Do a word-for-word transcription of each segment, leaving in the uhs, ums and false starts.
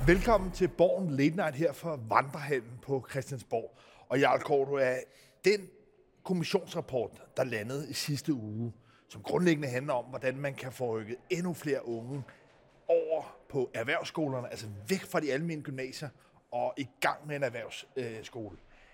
Velkommen til Borgen Late Night her fra Vandrehallen på Christiansborg. Og Jarl Kort, du er den kommissionsrapport, der landede i sidste uge, som grundlæggende handler om, hvordan man kan få rykket endnu flere unge over på erhvervsskolerne, altså væk fra de almene gymnasier og i gang med en erhvervsskole.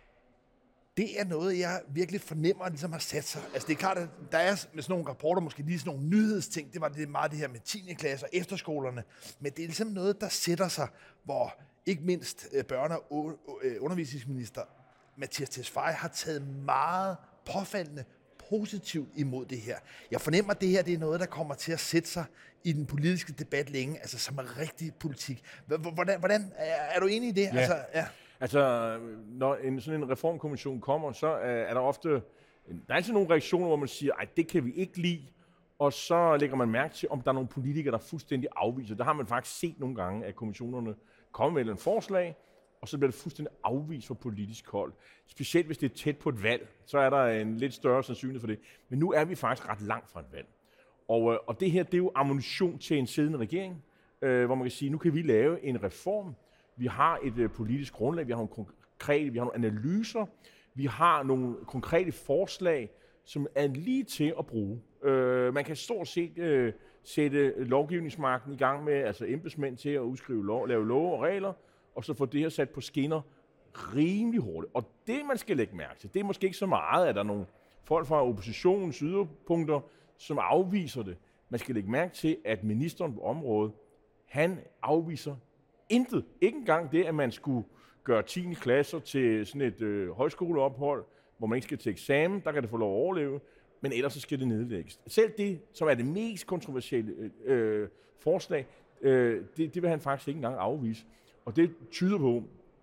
Det er noget, jeg virkelig fornemmer, ligesom har sat sig. Altså det er klart, at der er med sådan nogle rapporter, måske lige sådan nogle nyhedsting, det var det meget det her med tiende klasse og efterskolerne, men det er ligesom noget, der sætter sig, hvor ikke mindst børne- og undervisningsminister Mattias Tesfaye har taget meget påfaldende positivt imod det her. Jeg fornemmer, at det her det er noget, der kommer til at sætte sig i den politiske debat længe, altså som en rigtig politik. Hvordan, hvordan er du enig i det? Ja. Altså, ja. Altså, når en sådan en reformkommission kommer, så er der ofte, der er altid nogle reaktioner, hvor man siger, ej, det kan vi ikke lide, og så lægger man mærke til, om der er nogle politikere, der fuldstændig afviser. Der har man faktisk set nogle gange, at kommissionerne kommer med et forslag, og så bliver det fuldstændig afvist fra politisk hold. Specielt hvis det er tæt på et valg, så er der en lidt større sandsynlighed for det. Men nu er vi faktisk ret langt fra et valg. Og, og det her, det er jo ammunition til en siddende regering, øh, hvor man kan sige, nu kan vi lave en reform. Vi har et øh, politisk grundlag, vi har nogle konkrete, vi har nogle analyser, vi har nogle konkrete forslag, som er lige til at bruge. Øh, man kan stort set øh, sætte lovgivningsmagten i gang med, altså embedsmænd til at udskrive lov, lave love og regler, og så få det her sat på skinner rimelig hurtigt. Og det, man skal lægge mærke til, det er måske ikke så meget, at der er nogle folk fra oppositionens yderpunkter, som afviser det. Man skal lægge mærke til, at ministeren på området, han afviser intet. Ikke engang det, at man skulle gøre tiende klasser til sådan et øh, højskoleophold, hvor man ikke skal til eksamen, der kan det få lov at overleve, men ellers så skal det nedlægges. Selv det, som er det mest kontroversielle øh, forslag, øh, det, det vil han faktisk ikke engang afvise. Og det tyder på,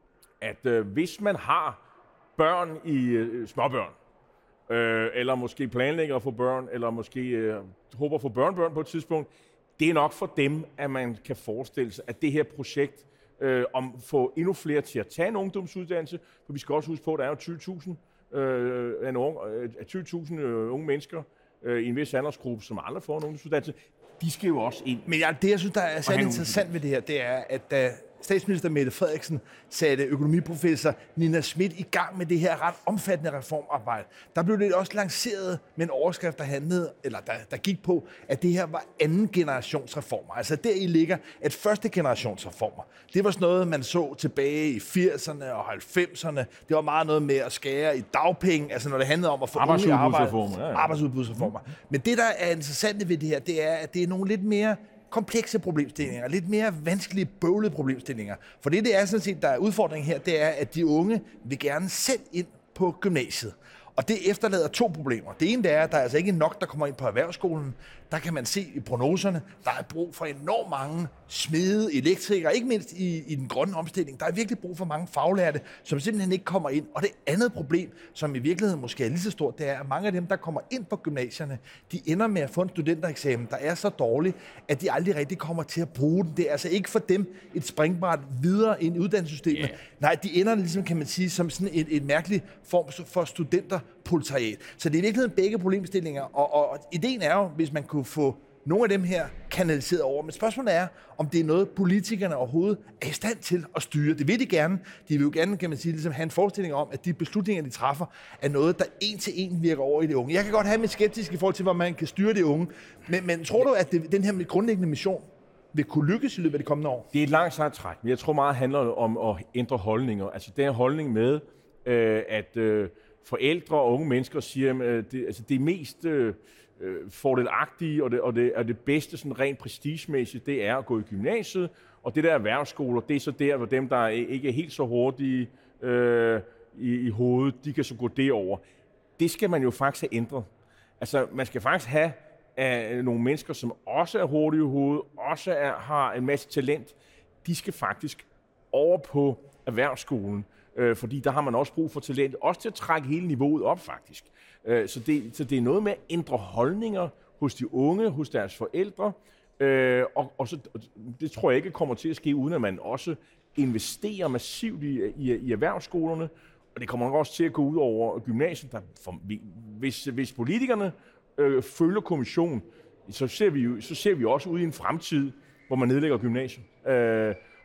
at øh, hvis man har børn i øh, småbørn, øh, eller måske planlægger at få børn, eller måske øh, håber at få børnebørn på et tidspunkt, det er nok for dem, at man kan forestille sig, at det her projekt øh, om at få endnu flere til at tage en ungdomsuddannelse, for vi skal også huske på, at der er jo tyve tusind øh, øh, tyve tusind øh, unge mennesker øh, i en vis aldersgruppe, som aldrig får en ungdomsuddannelse, de skal jo også ind. Men ja, det, jeg synes, der er særlig interessant ved det her, det er, at da statsminister Mette Frederiksen satte økonomiprofessor Nina Schmidt i gang med det her ret omfattende reformarbejde, der blev det også lanceret med en overskrift, der handlede, eller der, der gik på, at det her var anden generations reformer. Altså deri ligger, at første generations reformer, det var sådan noget, man så tilbage i firserne og halvfemserne. Det var meget noget med at skære i dagpenge, altså når det handlede om at få unge i arbejde. Ja, ja. Arbejdsudbudsreformer. Mm. Men det, der er interessant ved det her, det er, at det er nogle lidt mere komplekse problemstillinger, lidt mere vanskelige, bøvlede problemstillinger. For det, det er sådan set, der er udfordringen her, det er, at de unge vil gerne selv ind på gymnasiet. Og det efterlader to problemer. Det ene det er, at der er altså ikke nok, der kommer ind på erhvervsskolen. Der kan man se i prognoserne, der er brug for enormt mange smede, elektrikere, ikke mindst i, i den grønne omstilling. Der er virkelig brug for mange faglærte, som simpelthen ikke kommer ind. Og det andet problem, som i virkeligheden måske er lige så stort, det er, at mange af dem, der kommer ind på gymnasierne, de ender med at få en studentereksamen, der er så dårlig, at de aldrig rigtig kommer til at bruge den. Det er altså ikke for dem et springbræt videre ind i uddannelsessystemet. Yeah. Nej, de ender ligesom, kan man sige, som sådan et, et mærkeligt form for studenterproletariat. Så det er i virkeligheden begge problemstillinger, og, og, og ideen er jo, hvis man kunne få nogle af dem her kanaliseret over. Men spørgsmålet er, om det er noget, politikerne overhovedet er i stand til at styre. Det vil de gerne. De vil jo gerne, kan man sige, ligesom have en forestilling om, at de beslutninger, de træffer, er noget, der en til en virker over i det unge. Jeg kan godt have mit skeptisk i forhold til, hvor man kan styre det unge. Men, men tror du, at det, den her grundlæggende mission vil kunne lykkes i løbet af de kommende år? Det er et langt sejt træk, men jeg tror meget handler om at ændre holdninger. Altså den holdning med, øh, at øh, forældre og unge mennesker siger, at det, altså, det mest øh, fordelagtige og det, og, det, og det bedste sådan rent prestigemæssigt, det er at gå i gymnasiet, og det der erhvervsskoler, det er så der, hvor dem, der ikke er helt så hurtige øh, i, i hovedet, de kan så gå derover. Det skal man jo faktisk have ændret. Altså, man skal faktisk have øh, nogle mennesker, som også er hurtige i hovedet, også er, har en masse talent, de skal faktisk over på erhvervsskolen, øh, fordi der har man også brug for talent, også til at trække hele niveauet op faktisk. Øh, så, det, så det er noget med at ændre holdninger hos de unge, hos deres forældre, øh, og, og så, det tror jeg ikke kommer til at ske, uden at man også investerer massivt i, i, i erhvervsskolerne, og det kommer nok også til at gå ud over gymnasiet. Der, for, hvis, hvis politikerne øh, følger kommissionen, så ser, vi jo, så ser vi også ud i en fremtid, hvor man nedlægger gymnasiet. Øh,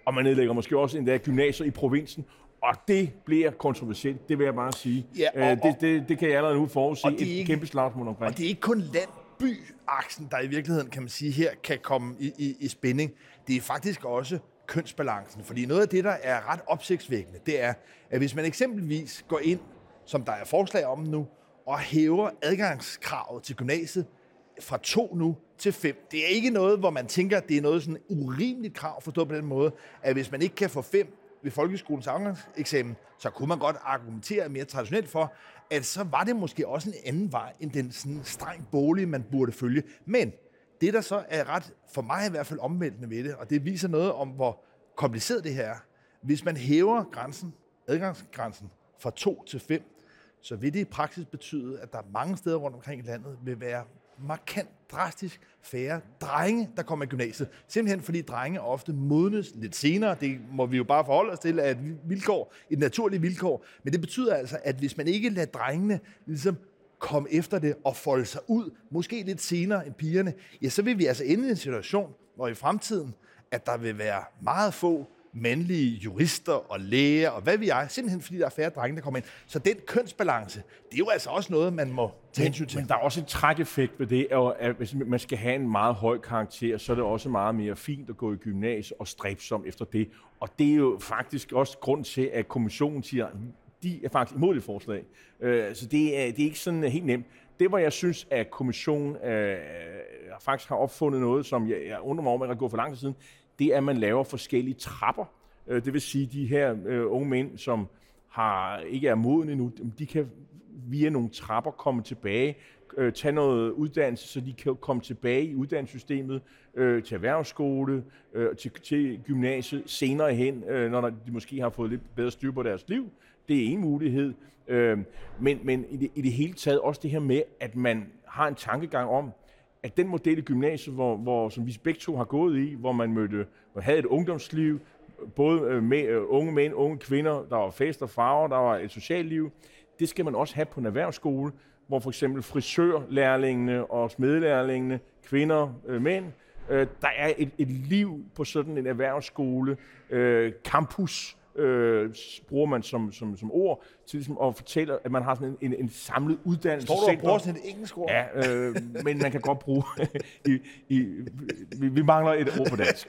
og man nedlægger måske også endda gymnasier i provinsen. Og det bliver kontroversielt, det vil jeg bare sige. Ja, og, øh, det, det, det kan jeg allerede nu forudsige et ikke, kæmpe slagsmål omkring. Og det er ikke kun land-by-aksen, der i virkeligheden, kan man sige, her kan komme i, i, i spænding. Det er faktisk også kønsbalancen. Fordi noget af det, der er ret opsigtsvækkende, det er, at hvis man eksempelvis går ind, som der er forslag om nu, og hæver adgangskravet til gymnasiet fra to nu til fem. Det er ikke noget, hvor man tænker, at det er noget sådan urimeligt krav, forstået på den måde, at hvis man ikke kan få fem ved folkeskolens afgangseksamen, så kunne man godt argumentere mere traditionelt for, at så var det måske også en anden vej, end den sådan streng bolig, man burde følge. Men det, der så er ret, for mig i hvert fald omvæltende ved det, og det viser noget om, hvor kompliceret det her er. Hvis man hæver grænsen, adgangsgrænsen fra to til fem, så vil det i praksis betyde, at der mange steder rundt omkring i landet vil være markant, drastisk færre drenge, der kommer i gymnasiet. Simpelthen fordi drenge ofte modnes lidt senere. Det må vi jo bare forholde os til, at et vilkår, et naturligt vilkår. Men det betyder altså, at hvis man ikke lader drengene ligesom komme efter det og folde sig ud, måske lidt senere end pigerne, ja, så vil vi altså ende i en situation, hvor i fremtiden, at der vil være meget få mandlige jurister og læger og hvad vi er, simpelthen fordi der er færre drenge, der kommer ind. Så den kønsbalance, det er jo altså også noget, man må tage hensyn til. Men der er også en trækeffekt ved det, at hvis man skal have en meget høj karakter, så er det også meget mere fint at gå i gymnasiet og stræbsom efter det. Og det er jo faktisk også grund til, at kommissionen siger, de er faktisk imod det forslag. Så det er, det er ikke sådan helt nemt. Det, hvor jeg synes, at kommissionen øh, faktisk har opfundet noget, som jeg, jeg undrer mig om, at jeg går for lang tid siden, det er, at man laver forskellige trapper. Det vil sige, at de her øh, unge mænd, som har, ikke er modne endnu, de kan via nogle trapper komme tilbage, øh, tage noget uddannelse, så de kan komme tilbage i uddannelsessystemet, øh, til erhvervsskole, øh, til, til gymnasiet senere hen, øh, når de måske har fået lidt bedre styr på deres liv. Det er en mulighed. Øh, men men i, det, i det hele taget også det her med, at man har en tankegang om, at den model i gymnasiet, hvor, hvor, som vi begge to har gået i, hvor man mødte, hvor havde et ungdomsliv, både med unge mænd, unge kvinder, der var fest og farver, der var et socialt liv, det skal man også have på en erhvervsskole, hvor for eksempel frisørlærlingene og smedelærlingene, kvinder, øh, mænd, øh, der er et, et liv på sådan en erhvervsskole, øh, campus, Øh, bruger man som, som, som ord til ligesom at fortælle, at man har sådan en, en, en samlet uddannelse. Står du og bruger sådan et engelsk ord? Ja, øh, men man kan godt bruge... i, i, vi, vi mangler et ord på dansk.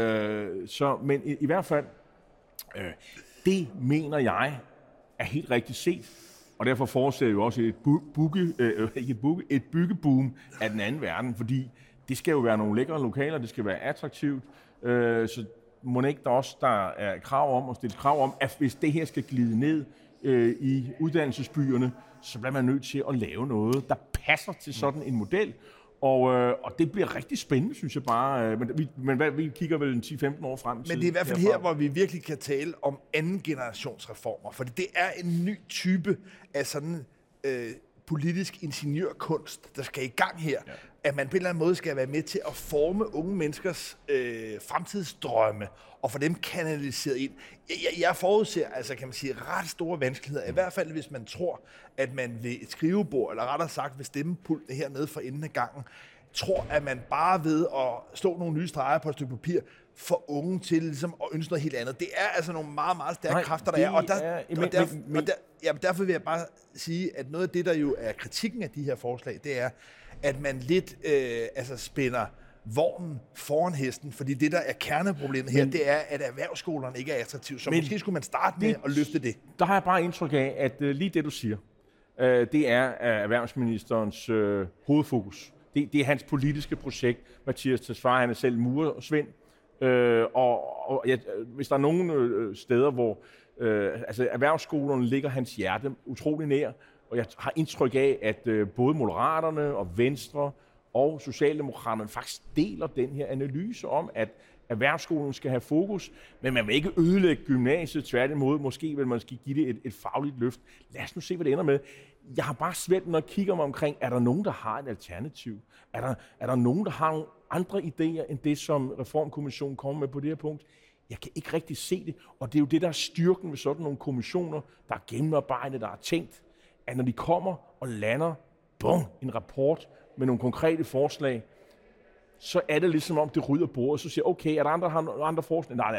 Øh, så, men i, i hvert fald, øh, det mener jeg er helt rigtigt set. Og derfor forudser jeg jo også et, bu- buge, øh, ikke et, buge, et byggeboom af den anden verden, fordi det skal jo være nogle lækre lokaler, det skal være attraktivt, øh, så må ikke der også der er krav om, og stille krav om, at hvis det her skal glide ned øh, i uddannelsesbyerne, så bliver man nødt til at lave noget, der passer til sådan en model. Og, øh, og det bliver rigtig spændende, synes jeg bare. Men vi, men hvad, vi kigger vel ti til femten år frem til. Men det er i hvert fald herfra. Her, hvor vi virkelig kan tale om anden generationsreformer. For det er en ny type af sådan øh, politisk ingeniørkunst, der skal i gang her. Ja. At man på en eller anden måde skal være med til at forme unge menneskers øh, fremtidsdrømme, og få dem kanaliseret ind. Jeg, jeg forudser, altså kan man sige, ret store vanskeligheder, i hvert fald hvis man tror, at man ved et skrivebord, eller rettere sagt ved stemmepulten hernede for enden af gangen, tror, at man bare ved at slå nogle nye streger på et stykke papir, får unge til ligesom at ønske noget helt andet. Det er altså nogle meget, meget stærke Nej, kræfter, der er. Og, der, er, og, men, derf, men, men, og der, ja, derfor vil jeg bare sige, at noget af det, der jo er kritikken af de her forslag, det er, at man lidt øh, altså spænder vognen foran hesten, fordi det, der er kerneproblemet her, men, det er, at erhvervsskolerne ikke er attraktive. Så men, måske skulle man starte med at løfte det. Der har jeg bare indtryk af, at øh, lige det, du siger, øh, det er erhvervsministerens øh, hovedfokus. Det, det er hans politiske projekt. Mathias Tesfaye, han er selv murer og svend. Øh, og og ja, hvis der er nogle øh, steder, hvor øh, altså, erhvervsskolerne ligger hans hjerte utrolig nær, og jeg har indtryk af, at øh, både Moderaterne og Venstre og Socialdemokraterne faktisk deler den her analyse om, at erhvervsskolen skal have fokus, men man vil ikke ødelægge gymnasiet, tværtimod. Måske vil man skal give det et, et fagligt løft. Lad os nu se, hvad det ender med. Jeg har bare svært, når jeg kigger mig omkring, er der nogen, der har et alternativ? Er der, er der nogen, der har nogle andre idéer, end det, som Reformkommissionen kommer med på det her punkt? Jeg kan ikke rigtig se det, og det er jo det, der er styrken ved sådan nogle kommissioner, der er gennemarbejdet, der er tænkt, at når de kommer og lander, bum, en rapport med nogle konkrete forslag, så er det ligesom om, det rydder bordet, så siger okay, er der andre, har andre forslag? Nej, det er det ikke.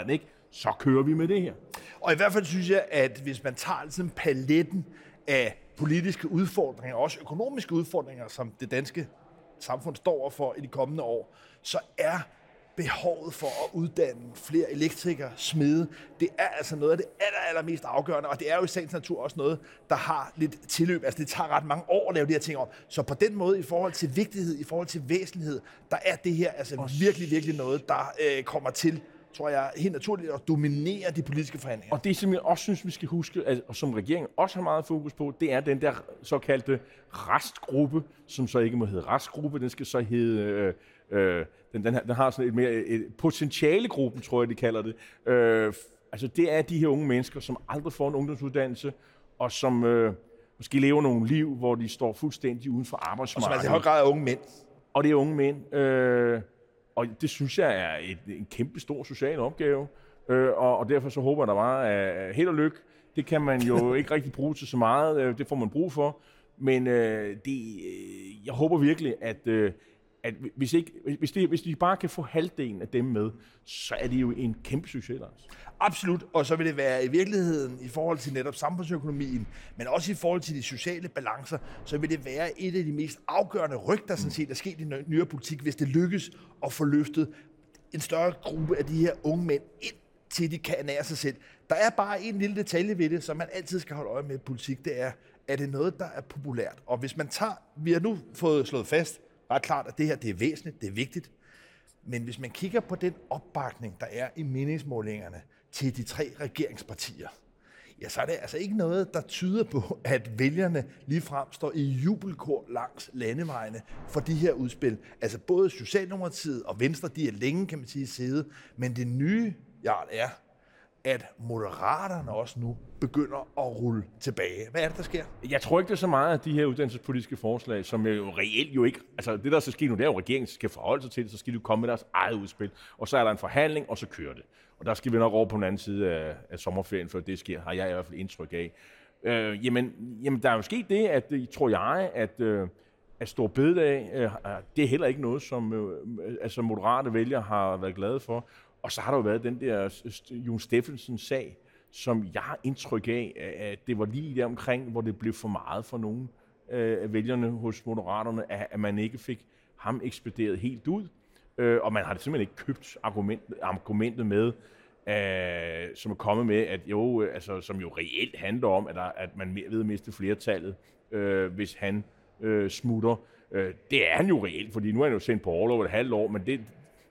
så kører vi med det her. Og i hvert fald synes jeg, at hvis man tager sådan paletten af politiske udfordringer, også økonomiske udfordringer, som det danske samfund står overfor i de kommende år, så er behovet for at uddanne flere elektrikere, smede, det er altså noget af det aller, allermest afgørende, og det er jo i sagens natur også noget, der har lidt tilløb. Altså det tager ret mange år at lave de her ting om. Så på den måde, i forhold til vigtighed, i forhold til væsentlighed, der er det her altså virkelig, virkelig noget, der øh, kommer til, tror jeg, helt naturligt at dominere de politiske forhandlinger. Og det, som jeg også synes, vi skal huske, at, og som regeringen også har meget fokus på, det er den der såkaldte restgruppe, som så ikke må hedde restgruppe, den skal så hedde... Øh, øh, den, den, den har sådan et mere et potentialegruppen, tror jeg, de kalder det. Øh, altså det er de her unge mennesker, som aldrig får en ungdomsuddannelse, og som øh, måske lever nogle liv, hvor de står fuldstændig uden for arbejdsmarkedet. Og som altså i høj grad er unge mænd. Og det er unge mænd. Øh, og det synes jeg er et, en kæmpe stor social opgave. Øh, og, og derfor så håber jeg da bare, at held og lykke, det kan man jo ikke rigtig bruge til så meget. Det får man brug for. Men øh, det, øh, jeg håber virkelig, at... Øh, at hvis, ikke, hvis, de, hvis de bare kan få halvdelen af dem med, så er det jo en kæmpe succes. Altså. Absolut, og så vil det være i virkeligheden i forhold til netop samfundsøkonomien, men også i forhold til de sociale balancer, så vil det være et af de mest afgørende ryg, der sådan set er sket i nyere politik, hvis det lykkes at få løftet en større gruppe af de her unge mænd ind til de kan ernære sig selv. Der er bare en lille detalje ved det, som man altid skal holde øje med i politik, det er, er det noget, der er populært. Og hvis man tager, vi har nu fået slået fast, ret klart, at det her det er væsentligt, det er vigtigt. Men hvis man kigger på den opbakning, der er i meningsmålingerne til de tre regeringspartier, ja, så er det altså ikke noget, der tyder på, at vælgerne ligefrem står i jubelkor langs landevejene for de her udspil. Altså både Socialdemokratiet og Venstre, de er længe, kan man sige, siddet, men det nye, Jarl, er, at Moderaterne også nu begynder at rulle tilbage. Hvad er det, der sker? Jeg tror ikke, det er så meget af de her uddannelsespolitiske forslag, som jo reelt jo ikke... Altså det, der så sker nu, det er jo, at regeringen skal forholde sig til det, så skal de komme med deres eget udspil. Og så er der en forhandling, og så kører det. Og der skal vi nok over på den anden side af, af sommerferien, for det sker, har jeg i hvert fald indtryk af. Øh, jamen, jamen, der er jo sket det, at tror jeg, at, øh, at Store Bededag, øh, det er heller ikke noget, som øh, altså moderate vælgere har været glade for. Og så har der jo været den der Jon Stephensen-sag, som jeg har indtryk af, at det var lige der omkring, hvor det blev for meget for nogle af vælgerne hos Moderaterne, at man ikke fik ham ekspederet helt ud. Og man har det simpelthen ikke købt argument, argumentet med, som er kommet med, at jo, altså, som jo reelt handler om, at, der, at man ved at miste flertallet, hvis han smutter. Det er han jo reelt, fordi nu er han jo sendt på orlov et halvt år, men det...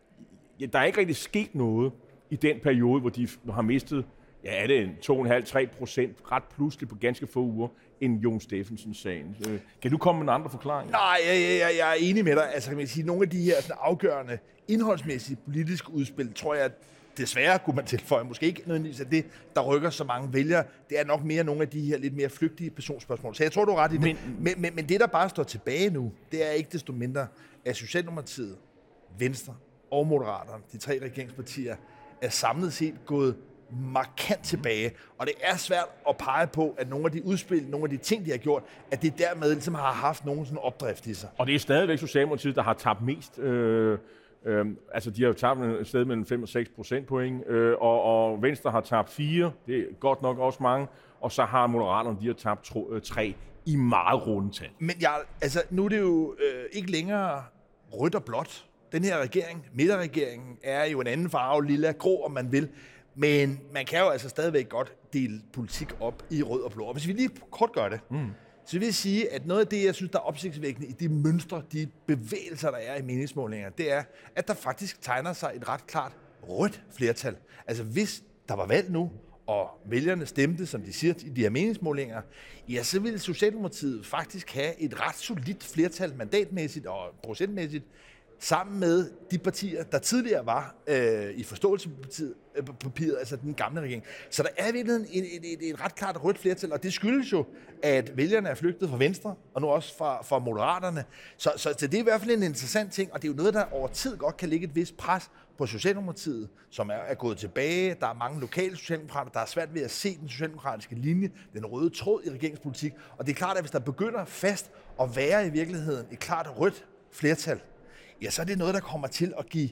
Ja, der er ikke rigtig sket noget i den periode, hvor de har mistet, ja, er det to komma fem til tre procent ret pludselig på ganske få uger, end Jon Stephensen-sagen. Kan du komme med en andre forklaring? Nej, jeg, jeg, jeg er enig med dig. Altså, kan man sige, nogle af de her sådan, afgørende, indholdsmæssige politiske udspil, tror jeg, desværre kunne man tilføje, måske ikke nødvendigvis af det, der rykker så mange vælgere. Det er nok mere nogle af de her lidt mere flygtige personspørgsmål. Så jeg tror, du er ret i det. Men, men, men, men det, der bare står tilbage nu, det er ikke desto mindre, at Socialdemokratiet, Venstre og Moderaterne, de tre regeringspartier, er samlet set gået markant tilbage. Og det er svært at pege på, at nogle af de udspil, nogle af de ting, de har gjort, at det dermed ligesom har haft nogen sådan opdrift i sig. Og det er stadigvæk Socialdemokratiet, der har tabt mest. Øh, øh, altså, de har jo tabt et sted mellem fem og seks procentpoint, øh, og, og Venstre har tabt fire. Det er godt nok også mange. Og så har Moderaterne, de har tabt tro, øh, tre i meget runde tal. Men ja, altså, nu er det jo øh, ikke længere rødt og blåt. Den her regering, midterregeringen, er jo en anden farve, lilla, grå, om man vil. Men man kan jo altså stadigvæk godt dele politik op i rød og blå. Og hvis vi lige kort gør det, mm. så vil jeg sige, at noget af det, jeg synes, der er opsigtsvækkende i de mønstre, de bevægelser, der er i meningsmålinger, det er, at der faktisk tegner sig et ret klart rødt flertal. Altså hvis der var valg nu, og vælgerne stemte, som de siger i de her meningsmålinger, ja, så ville Socialdemokratiet faktisk have et ret solidt flertal mandatmæssigt og procentmæssigt, sammen med de partier, der tidligere var øh, i forståelsespapiret, altså den gamle regering. Så der er i virkeligheden et, et, et, et ret klart rødt flertal, og det skyldes jo, at vælgerne er flygtet fra Venstre, og nu også fra, fra Moderaterne. Så, så, så det er i hvert fald en interessant ting, og det er jo noget, der over tid godt kan lægge et vist pres på Socialdemokratiet, som er, er gået tilbage. Der er mange lokale socialdemokrater, der er svært ved at se den socialdemokratiske linje, den røde tråd i regeringspolitik. Og det er klart, at hvis der begynder fast at være i virkeligheden et klart rødt flertal, ja, så er det noget, der kommer til at give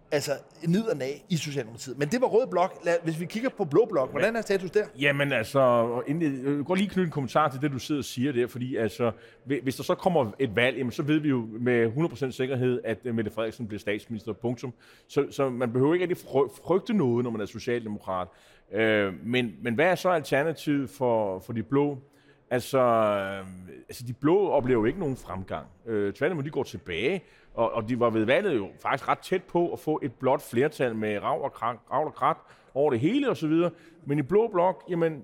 altså ned af i Socialdemokratiet. Men det var rød blok. Lad, hvis vi kigger på blå blok, hvordan er status der? Jamen altså, jeg går lige knytte en kommentar til det, du sidder og siger der, fordi altså, hvis der så kommer et valg, jamen, så ved vi jo med hundrede procent sikkerhed, at Mette Frederiksen bliver statsminister, punktum. Så, så man behøver ikke rigtig frygte noget, når man er socialdemokrat. Øh, men, men hvad er så alternativet for, for de blå? Altså, øh, altså, de blå oplever jo ikke nogen fremgang. Øh, tværtimod, de går tilbage, og, og de var ved valget jo faktisk ret tæt på at få et blot flertal med rav og krat, rav og krat over det hele osv. Men i blå blok, jamen,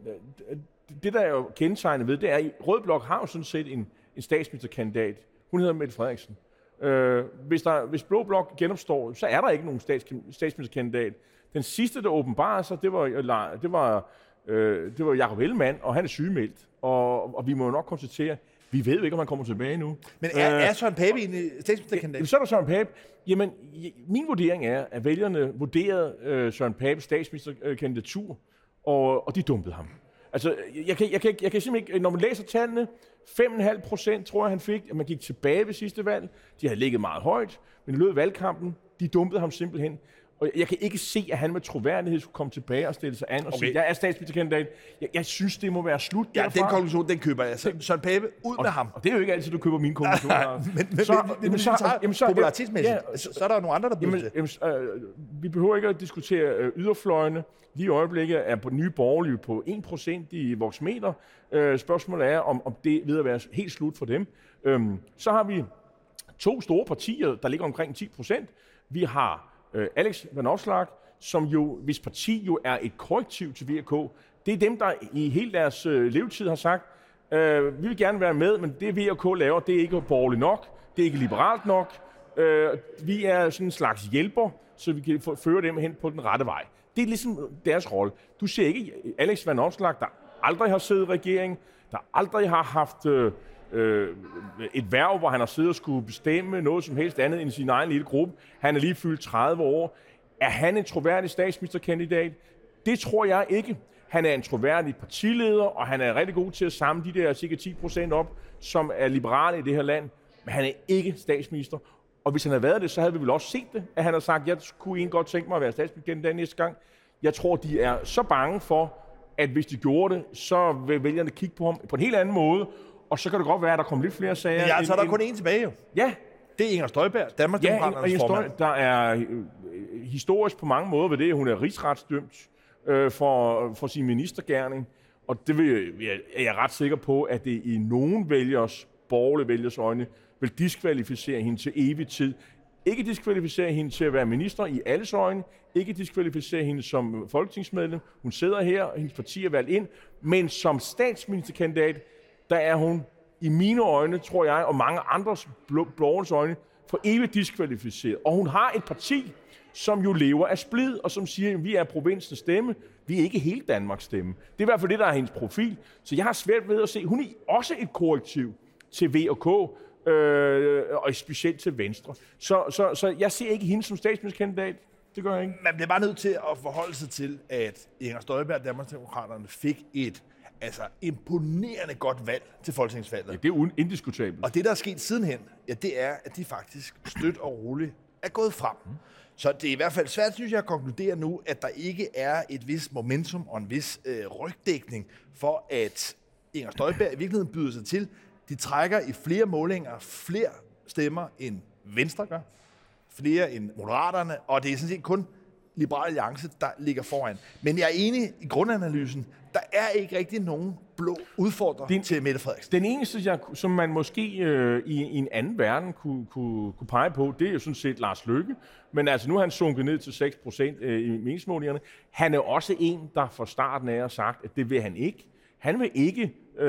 det der er jo kendetegnet ved, det er, at rød blok har jo sådan set en, en statsministerkandidat. Hun hedder Mette Frederiksen. Øh, hvis, der, hvis blå blok genopstår, så er der ikke nogen stats, statsministerkandidat. Den sidste, der åbenbarede sig, det var, det var, øh, det var Jakob Ellemann, og han er sygemeldt. Og, og vi må jo nok konstatere, vi ved jo ikke, om han kommer tilbage nu. Men er, er Søren Pape egentlig statsministerkandidat? Ja, så er der Søren Pape. Jamen, min vurdering er, at vælgerne vurderede øh, Søren Papes statsministerkandidatur, og, og de dumpede ham. Altså, jeg kan, jeg, kan, jeg kan simpelthen ikke, når man læser tallene, fem komma fem procent tror jeg, han fik, at man gik tilbage ved sidste valg. De havde ligget meget højt, men i løbet af valgkampen, de dumpede ham simpelthen. Og jeg kan ikke se, at han med troværdighed skulle komme tilbage og stille sig an og okay. sige, jeg er statsministerkandidat. Jeg, jeg synes, det må være slut ja, derfra. Den konklusion, den køber jeg. Søren Pape, ud og, med ham. Og det er jo ikke altid, du køber mine konklusioner. men men, så, men, men så, jamen, så popularitetsmæssigt, ja, så, så er der jo nogle andre, der bliver til. Jamen, øh, vi behøver ikke at diskutere øh, yderfløjene. Lige i øjeblikket er på nye borgerlige på en procent i voksmeter. Øh, spørgsmålet er, om, om det er ved at være helt slut for dem. Øhm, så har vi to store partier, der ligger omkring ti procent. Vi har øh, Alex Vanopslagh, som jo, hvis parti jo er et korrektiv til V og K, det er dem, der i hele deres øh, levetid har sagt, øh, vi vil gerne være med, men det V og K laver, det er ikke borgerligt nok, det er ikke liberalt nok, øh, vi er sådan en slags hjælper, så vi kan føre dem hen på den rette vej. Det er ligesom deres rolle. Du ser ikke Alex Vanopslagh, der aldrig har siddet i regering, der aldrig har haft øh, øh, et værv, hvor han har siddet og skulle bestemme noget som helst andet end sin egen lille gruppe. Han er lige fyldt tredive år. Er han en troværdig statsministerkandidat? Det tror jeg ikke. Han er en troværdig partileder, og han er rigtig god til at samle de der cirka ti procent op, som er liberale i det her land. Men han er ikke statsminister. Og hvis han havde været det, så havde vi vel også set det, at han har sagt, jeg kunne egentlig godt tænke mig at være statsministerkandidat næste gang. Jeg tror, de er så bange for, at hvis de gjorde det, så vil vælgerne kigge på ham på en helt anden måde. Og så kan det godt være, at der kommer lidt flere sager. Men ja, så er der end, kun én tilbage jo. Ja. Det er Inger Støjberg, Danmarksdemokraternes ja, formand. Der er øh, historisk på mange måder ved det, hun er rigsretsdømt øh, for, for sin ministergerning. Og det vil, jeg, er jeg ret sikker på, at det i nogen vælgers, borgerlige vælgers øjne, vil diskvalificere hende til evig tid. Ikke diskvalificere hende til at være minister i alles øjne. Ikke diskvalificere hende som folketingsmedlem. Hun sidder her, og hendes parti er valgt ind. Men som statsministerkandidat, der er hun i mine øjne, tror jeg, og mange andres blåens øjne, for evigt diskvalificeret. Og hun har et parti, som jo lever af splid, og som siger, at vi er provinsens stemme. Vi er ikke hele Danmarks stemme. Det er i hvert fald det, der er hendes profil. Så jeg har svært ved at se, hun er også et korrektiv til V og K, øh, og specielt til Venstre. Så, så, så jeg ser ikke hende som statsministerkandidat. Det gør jeg ikke. Man bliver bare nødt til at forholde sig til, at Inger Støjberg og Danmarksdemokraterne fik et altså imponerende godt valg til folketingsvalget. Ja, det er indiskutabelt. Og det, der er sket sidenhen, ja, det er, at de faktisk støt og roligt er gået frem. Mm. Så det er i hvert fald svært, synes jeg, at konkludere nu, at der ikke er et vis momentum og en vis øh, rygdækning for, at Inger Støjberg i virkeligheden byder sig til. De trækker i flere målinger flere stemmer, end Venstre gør, flere end Moderaterne, og det er sådan set kun Liberal Alliance, der ligger foran. Men jeg er enig i grundanalysen. Der er ikke rigtig nogen blå udfordrer den, til Mette Frederiksen. Den eneste, jeg, som man måske øh, i, i en anden verden kunne, kunne, kunne pege på, det er jo sådan set Lars Løkke. Men altså nu har han sunket ned til seks procent øh, i meningsmålingerne. Han er også en, der fra starten af har sagt, at det vil han ikke. Han vil ikke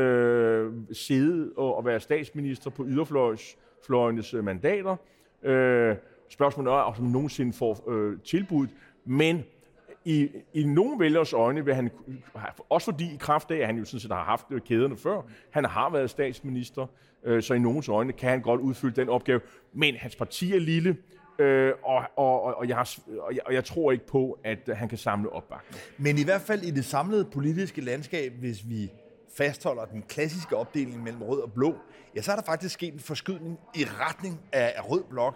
øh, sidde og, og være statsminister på yderfløjenes mandater. Øh, spørgsmålet er, om han nogensinde får øh, tilbud. Men i, i nogle vælgers øjne vil han, også fordi i kraft af, at han jo sådan set har haft kæderne før, han har været statsminister, øh, så i nogens øjne kan han godt udfylde den opgave. Men hans parti er lille, øh, og, og, og, jeg har, og, jeg, og jeg tror ikke på, at han kan samle opbakning. Men i hvert fald i det samlede politiske landskab, hvis vi fastholder den klassiske opdeling mellem rød og blå, ja, så er der faktisk sket en forskydning i retning af, af rød blok.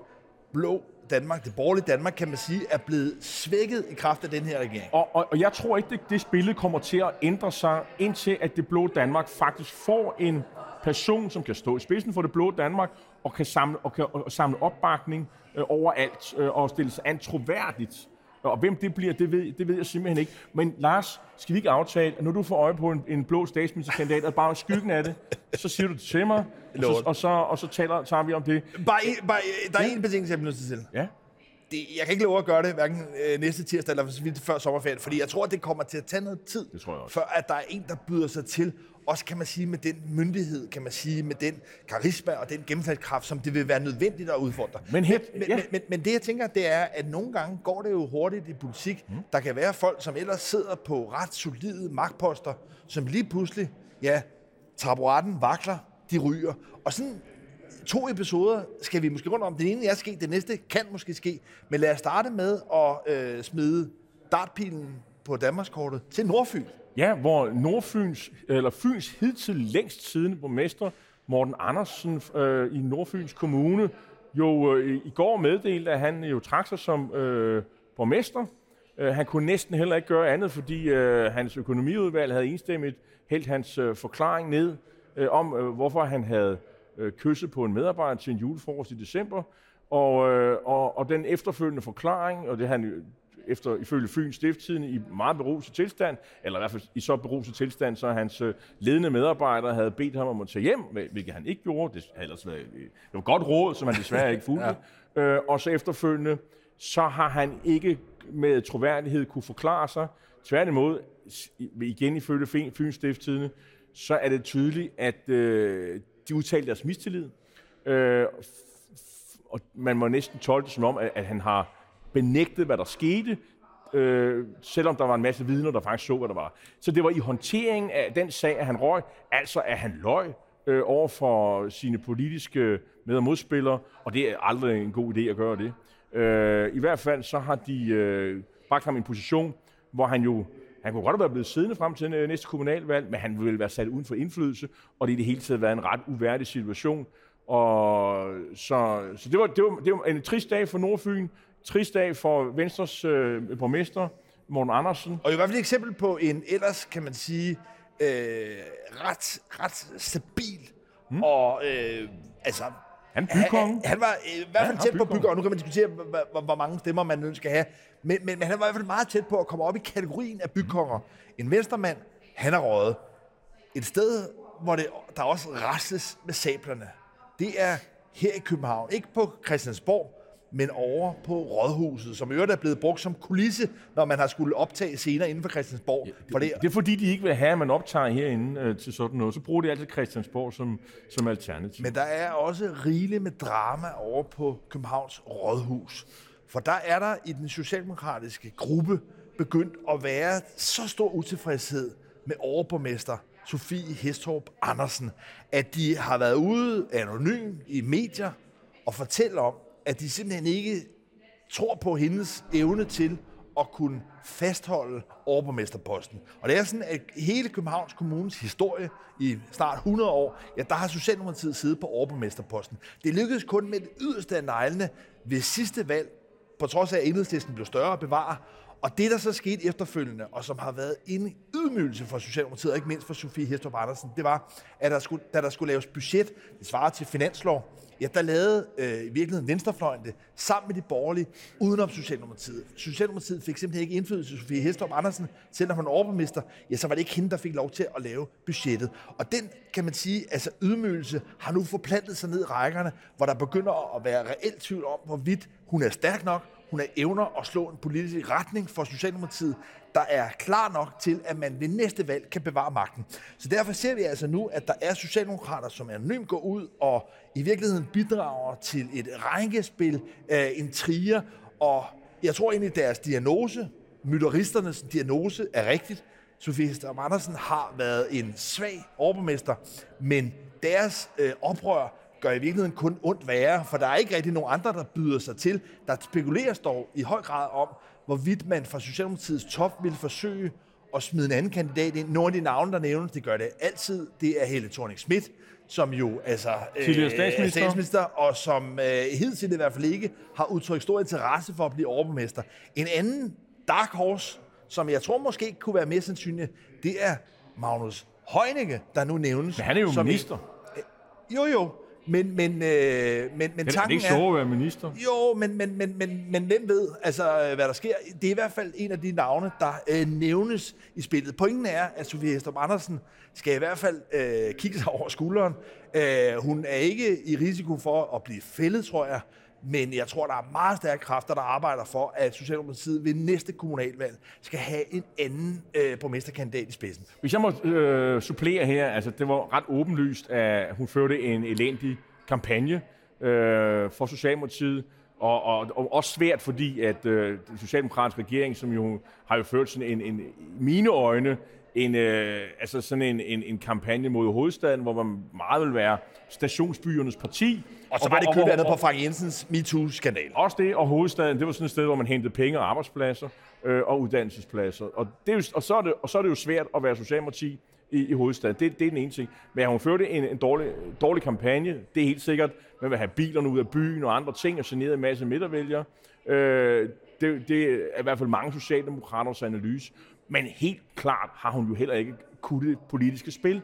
blå Danmark, det borgerlige Danmark, kan man sige, er blevet svækket i kraft af den her regering. Og, og, og jeg tror ikke, det, det spil kommer til at ændre sig, indtil at det blå Danmark faktisk får en person, som kan stå i spidsen for det blå Danmark, og kan samle, og kan, og samle opbakning øh, overalt, øh, og stille sig an troværdigt. Og hvem det bliver, det ved, det ved jeg simpelthen ikke. Men Lars, skal vi ikke aftale, at når du får øje på en, en blå statsministerkandidat, og bare skyggen af det, så siger du det til mig, og så, og så, og så taler, tager vi om det. Bare, en, bare der er ja. en betingelse, jeg bliver nødt til. Ja. Det, jeg kan ikke love at gøre det, hverken øh, næste tirsdag eller så vidt før sommerferien, fordi jeg tror, at det kommer til at tage noget tid, det tror jeg også. før at der er en, der byder sig til. Også kan man sige med den myndighed, kan man sige med den karisma og den gennemslagskraft, som det vil være nødvendigt at udfordre. Men, helt, men, ja. men, men, men det jeg tænker, det er, at nogle gange går det jo hurtigt i politik. Mm. Der kan være folk, som ellers sidder på ret solide magtposter, som lige pludselig, ja, taburetten vakler, de ryger. Og sådan to episoder skal vi måske rundt om. Den ene er sket, det næste kan måske ske. Men lad os starte med at øh, smide dartpilen på Danmarkskortet til Nordfyn. Ja, hvor Nordfyns, eller Fyns hidtil længst siddende borgmester, Morten Andersen øh, i Nordfyns Kommune, jo øh, i går meddelte, at han jo trak sig som øh, borgmester. Øh, han kunne næsten heller ikke gøre andet, fordi øh, hans økonomiudvalg havde enstemmigt hældt hans øh, forklaring ned øh, om, øh, hvorfor han havde øh, kysset på en medarbejder til en julefrokost i december. Og, øh, og, og den efterfølgende forklaring, og det han efter ifølge Fyns Stiftstidende i meget beruset tilstand, eller i hvert fald i så beruset tilstand, så hans øh, ledende medarbejdere havde bedt ham om at tage hjem, hvilket han ikke gjorde. Det, havde ellers været, det var godt råd, som han desværre ikke fulgte. Ja. Øh, og så efterfølgende, så har han ikke med troværdighed kunne forklare sig. Tværtimod, igen ifølge Fyns Stiftstidende, så er det tydeligt, at øh, de udtalte deres mistillid. Øh, og man må næsten tolke det som om, at, at han har benægtet, hvad der skete, øh, selvom der var en masse vidner, der faktisk så, hvad der var. Så det var i håndteringen af den sag, at han røg, altså at han løg øh, over for sine politiske med- og modspillere, og det er aldrig en god idé at gøre det. Øh, I hvert fald så har de øh, bragt ham i en position, hvor han jo, han kunne godt have været blevet siddende frem til næste kommunalvalg, men han ville være sat uden for indflydelse, og det i det hele taget været en ret uværdig situation. Og så, så det, var, det, var, det var en trist dag for Nordfyn, trist dag for Venstres øh, borgmester, Morten Andersen. Og i hvert fald et eksempel på en ellers, kan man sige, øh, ret, ret stabil hmm. og øh, altså... Han er bykonge. Han, han var øh, i hvert fald tæt på bykonge. Nu kan man diskutere, hvor, hvor mange stemmer man nu skal have. Men, men, men han var i hvert fald meget tæt på at komme op i kategorien af bykonger. En venstremand, han er røget. Et sted, hvor det, der også rasles med sablerne, det er her i København. Ikke på Christiansborg, men over på Rådhuset, som i øvrigt er blevet brugt som kulisse, når man har skulle optage scener inden for Christiansborg. Ja, det, for det, det er fordi, de ikke vil have, at man optager herinde øh, til sådan noget. Så bruger de altid Christiansborg som, som alternativ. Men der er også rigeligt med drama over på Københavns Rådhus. For der er der i den socialdemokratiske gruppe begyndt at være så stor utilfredshed med overborgmester Sofie Hæstorp Andersen, at de har været ude anonym i medier og fortælle om, at de simpelthen ikke tror på hendes evne til at kunne fastholde overborgmesterposten. Og det er sådan, at hele Københavns Kommunes historie i snart hundrede år, ja, der har Socialdemokratiet siddet på overborgmesterposten. Det lykkedes kun med det yderste af neglene ved sidste valg, på trods af, at Enhedslisten blev større at bevare. Og det, der så skete efterfølgende, og som har været en ydmygelse for Socialdemokratiet, og ikke mindst for Sofie Hæstorp Andersen, det var, at der skulle, da der skulle laves budget, det svarer til finanslov, ja, der lavede øh, i virkeligheden venstrefløjen det sammen med de borgerlige, udenom Socialdemokratiet. Socialdemokratiet fik simpelthen ikke indflydelse til Sofie Hæstorp Andersen, selvom hun var overborgmester, ja, så var det ikke hende, der fik lov til at lave budgettet. Og den, kan man sige, altså ydmygelse, har nu forplantet sig ned i rækkerne, hvor der begynder at være reelt tvivl om, hvorvidt hun er stærk nok, hun er evner at slå en politisk retning for Socialdemokratiet, der er klar nok til, at man ved næste valg kan bevare magten. Så derfor ser vi altså nu, at der er socialdemokrater, som anonymt går ud og i virkeligheden bidrager til et rænkespil af intriger, og jeg tror egentlig, deres diagnose, mytteristernes diagnose, er rigtigt. Sofie Hæstorp Andersen har været en svag overborgmester, men deres øh, oprør gør i virkeligheden kun ondt værre, for der er ikke rigtig nogen andre, der byder sig til. Der spekuleres dog i høj grad om, hvorvidt man fra Socialdemokratiets top vil forsøge at smide en anden kandidat ind. Nogle af de navne, der nævnes, det gør det altid. Det er Helle Thorning-Schmidt, som jo altså tidligere statsminister. er statsminister, og som øh, hidtil i hvert fald ikke har udtrykt stor interesse for at blive overborgmester. En anden dark horse, som jeg tror måske kunne være mere sandsynlig, det er Magnus Heunicke, der nu nævnes. Men han er jo som minister. En, jo, jo. Men, men, øh, men, men det er tanken ikke så at være minister. Jo, men, men, men, men, men hvem ved, altså, hvad der sker? Det er i hvert fald en af de navne, der øh, nævnes i spillet. Pointen er, at Sofie Hæstrup Andersen skal i hvert fald øh, kigge sig over skulderen. Øh, hun er ikke i risiko for at blive fældet, tror jeg. Men jeg tror, der er meget stærke kræfter, der arbejder for, at Socialdemokratiet ved næste kommunalvalg skal have en anden øh, borgmesterkandidat i spidsen. Hvis jeg må øh, supplere her, altså det var ret åbenlyst, at hun førte en elendig kampagne øh, for Socialdemokratiet, og, og, og også svært, fordi at øh, den socialdemokratiske regering, som jo har jo ført sådan en, en i mine øjne, en, øh, altså sådan en, en, en kampagne mod hovedstaden, hvor man meget vil være stationsbyernes parti. Og så var det kølvandet på Frank Jensens MeToo-skandal. Også det, og hovedstaden, det var sådan et sted, hvor man hentede penge og arbejdspladser øh, og uddannelsespladser. Og, det er jo, og, så er det, og så er det jo svært at være socialdemokrati i, i hovedstaden. Det, det er den ene ting. Men hun førte en, en dårlig, dårlig kampagne, det er helt sikkert. Man vil have bilerne ud af byen og andre ting, og genere en masse midtervælgere. Øh, det, det er i hvert fald mange socialdemokraters analyse. Men helt klart har hun jo heller ikke kunnet politiske spil.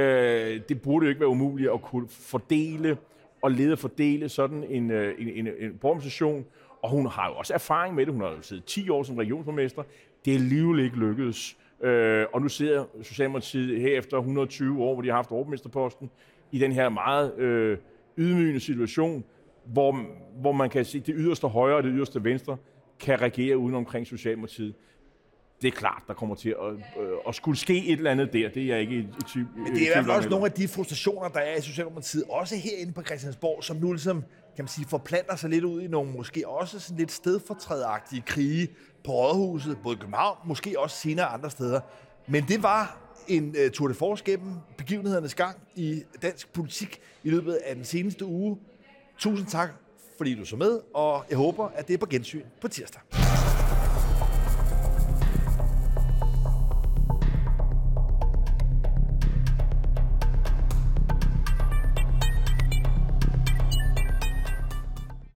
Øh, det burde jo ikke være umuligt at kunne fordele og lede og fordele sådan en, en, en, en borgermenstation. Og hun har jo også erfaring med det. Hun har jo siddet ti år som regionsborgmester. Det er alligevel ikke lykkedes. Øh, og nu sidder Socialdemokratiet her efter et hundrede og tyve år, hvor de har haft overborgmesterposten, i den her meget øh, ydmygende situation, hvor, hvor man kan sige, at det yderste højre og det yderste venstre kan regere uden omkring Socialdemokratiet. Det er klart, der kommer til at, øh, at skulle ske et eller andet der. Det er jeg ikke i, i tvivl. Men det er i hvert fald også nogle af de frustrationer, der er i Socialdemokratiet, også herinde på Christiansborg, som nu ligesom, kan man sige, forplanter sig lidt ud i nogle måske også sådan lidt stedfortræderagtige krige på Rådhuset, både i København, måske også senere andre steder. Men det var en uh, tour de force gennem begivenhedernes gang i dansk politik i løbet af den seneste uge. Tusind tak, fordi du så med, og jeg håber, at det er på gensyn på tirsdag.